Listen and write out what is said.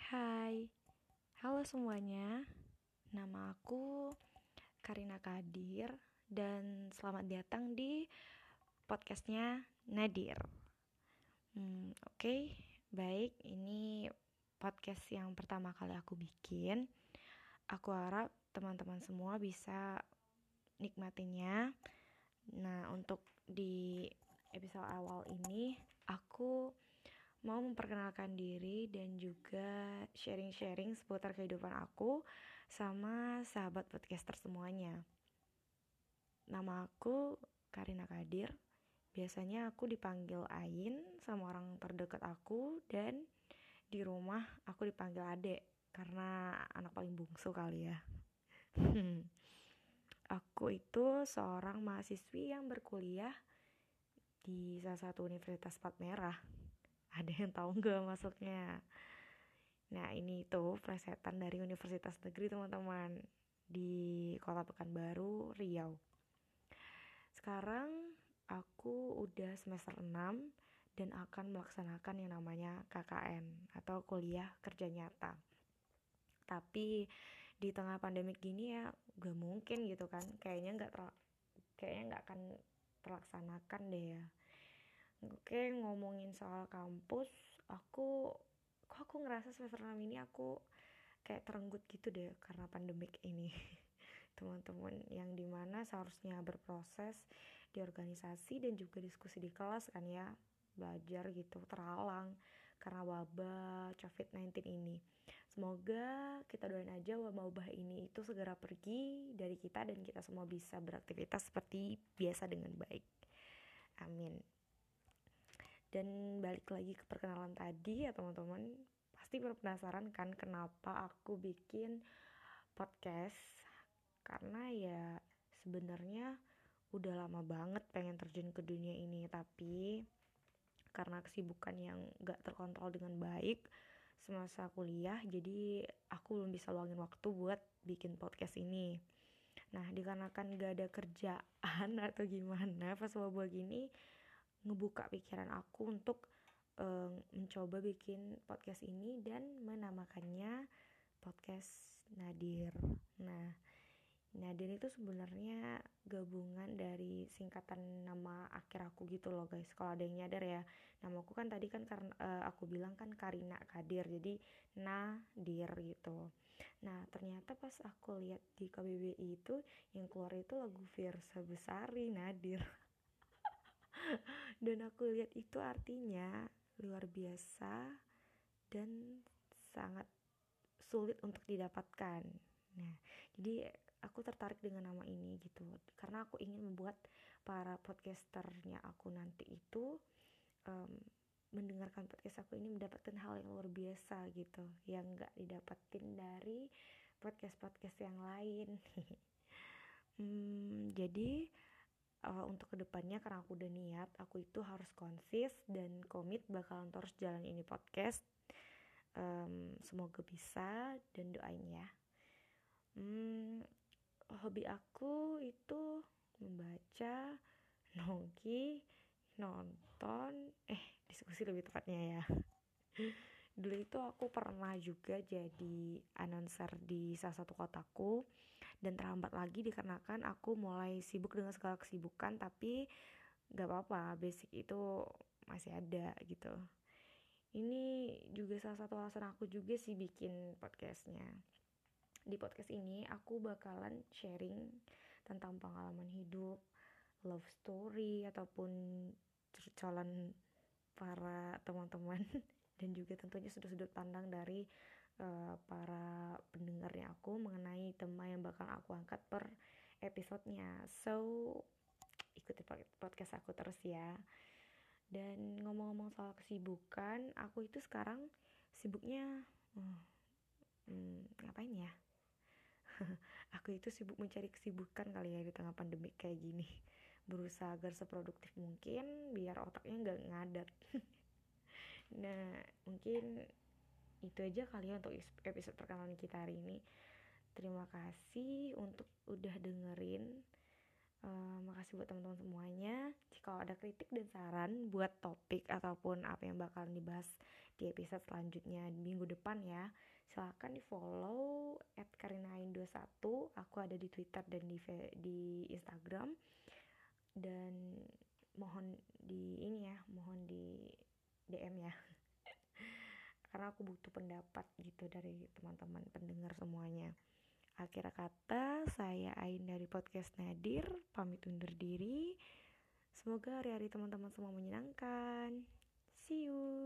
Hai, halo semuanya. Nama aku Karina Kadir dan selamat datang di podcastnya Nadir. Oke, baik. Ini podcast yang pertama kali aku bikin. Aku harap teman-teman semua bisa nikmatinya. Nah, untuk di episode awal ini, aku mau memperkenalkan diri dan juga sharing-sharing seputar kehidupan aku sama sahabat podcaster semuanya. Nama aku Karina Kadir. Biasanya aku dipanggil Ain sama orang terdekat aku, dan di rumah aku dipanggil Ade karena anak paling bungsu kali ya. Aku itu seorang mahasiswi yang berkuliah di salah satu universitas plat merah. Ada yang tahu nggak masuknya? Nah, ini tuh plesetan dari Universitas Negeri, teman-teman, di Kota Pekanbaru, Riau. Sekarang aku udah semester 6 dan akan melaksanakan yang namanya KKN atau kuliah kerja nyata. Tapi di tengah pandemik gini ya gak mungkin gitu kan. Kayaknya nggak akan terlaksanakan deh ya. Oke, ngomongin soal kampus, aku ngerasa semester 6 ini aku kayak terenggut gitu deh karena pandemik ini. Teman-teman yang dimana seharusnya berproses di organisasi dan juga diskusi di kelas kan ya, belajar gitu terhalang karena wabah COVID-19 ini. Semoga kita doain aja wabah ini itu segera pergi dari kita dan kita semua bisa beraktivitas seperti biasa dengan baik. Amin. Dan balik lagi ke perkenalan tadi ya teman-teman, pasti penasaran kan kenapa aku bikin podcast. Karena ya sebenarnya udah lama banget pengen terjun ke dunia ini, tapi karena kesibukan yang gak terkontrol dengan baik semasa kuliah, jadi aku belum bisa luangin waktu buat bikin podcast ini. Nah, dikarenakan gak ada kerjaan atau gimana pas wabah gini, ngebuka pikiran aku untuk mencoba bikin podcast ini dan menamakannya podcast Nadir. Nah, Nadir itu sebenarnya gabungan dari singkatan nama akhir aku gitu loh guys. Kalau ada yang nyadar ya, nama aku kan tadi kan karena aku bilang kan Karina Kadir, jadi Nadir gitu. Nah, ternyata pas aku lihat di KBBI itu yang keluar itu lagu Fiersa Besari, Nadir. Dan aku lihat itu artinya luar biasa dan sangat sulit untuk didapatkan. Nah, jadi aku tertarik dengan nama ini gitu karena aku ingin membuat para podcasternya aku nanti itu mendengarkan podcast aku ini mendapatkan hal yang luar biasa gitu yang nggak didapatin dari podcast yang lain. Jadi untuk kedepannya karena aku udah niat, aku itu harus konsis dan komit bakalan terus jalan ini podcast. Semoga bisa dan doain ya. Hobi aku itu membaca, nongki, nonton, diskusi lebih tepatnya ya. Dulu itu aku pernah juga jadi announcer di salah satu kotaku dan terhambat lagi dikarenakan aku mulai sibuk dengan segala kesibukan, tapi gak apa-apa, basic itu masih ada gitu. Ini juga salah satu alasan aku juga sih bikin podcastnya. Di podcast ini aku bakalan sharing tentang pengalaman hidup, love story ataupun curcolan para teman-teman dan juga tentunya sudut-sudut pandang dari para pendengarnya aku mengenai tema yang bakal aku angkat per episodenya. So, ikuti podcast aku terus ya. Dan ngomong-ngomong soal kesibukan, aku itu sekarang sibuknya ngapain ya? Aku itu sibuk mencari kesibukan kali ya di tengah pandemi kayak gini. Berusaha agar seproduktif mungkin biar otaknya gak ngadat. Nah, mungkin itu aja kali ya untuk episode perkenalan kita hari ini. Terima kasih untuk udah dengerin. Makasih buat teman-teman semuanya. Jika ada kritik dan saran buat topik ataupun apa yang bakalan dibahas di episode selanjutnya minggu depan ya, silahkan di follow @karinain21. Aku ada di Twitter dan di Instagram. Dan mohon mohon di DM ya, karena aku butuh pendapat gitu dari teman-teman pendengar semuanya. Akhir kata, saya Ain dari podcast Nadir pamit undur diri. Semoga hari-hari teman-teman semua menyenangkan. See you.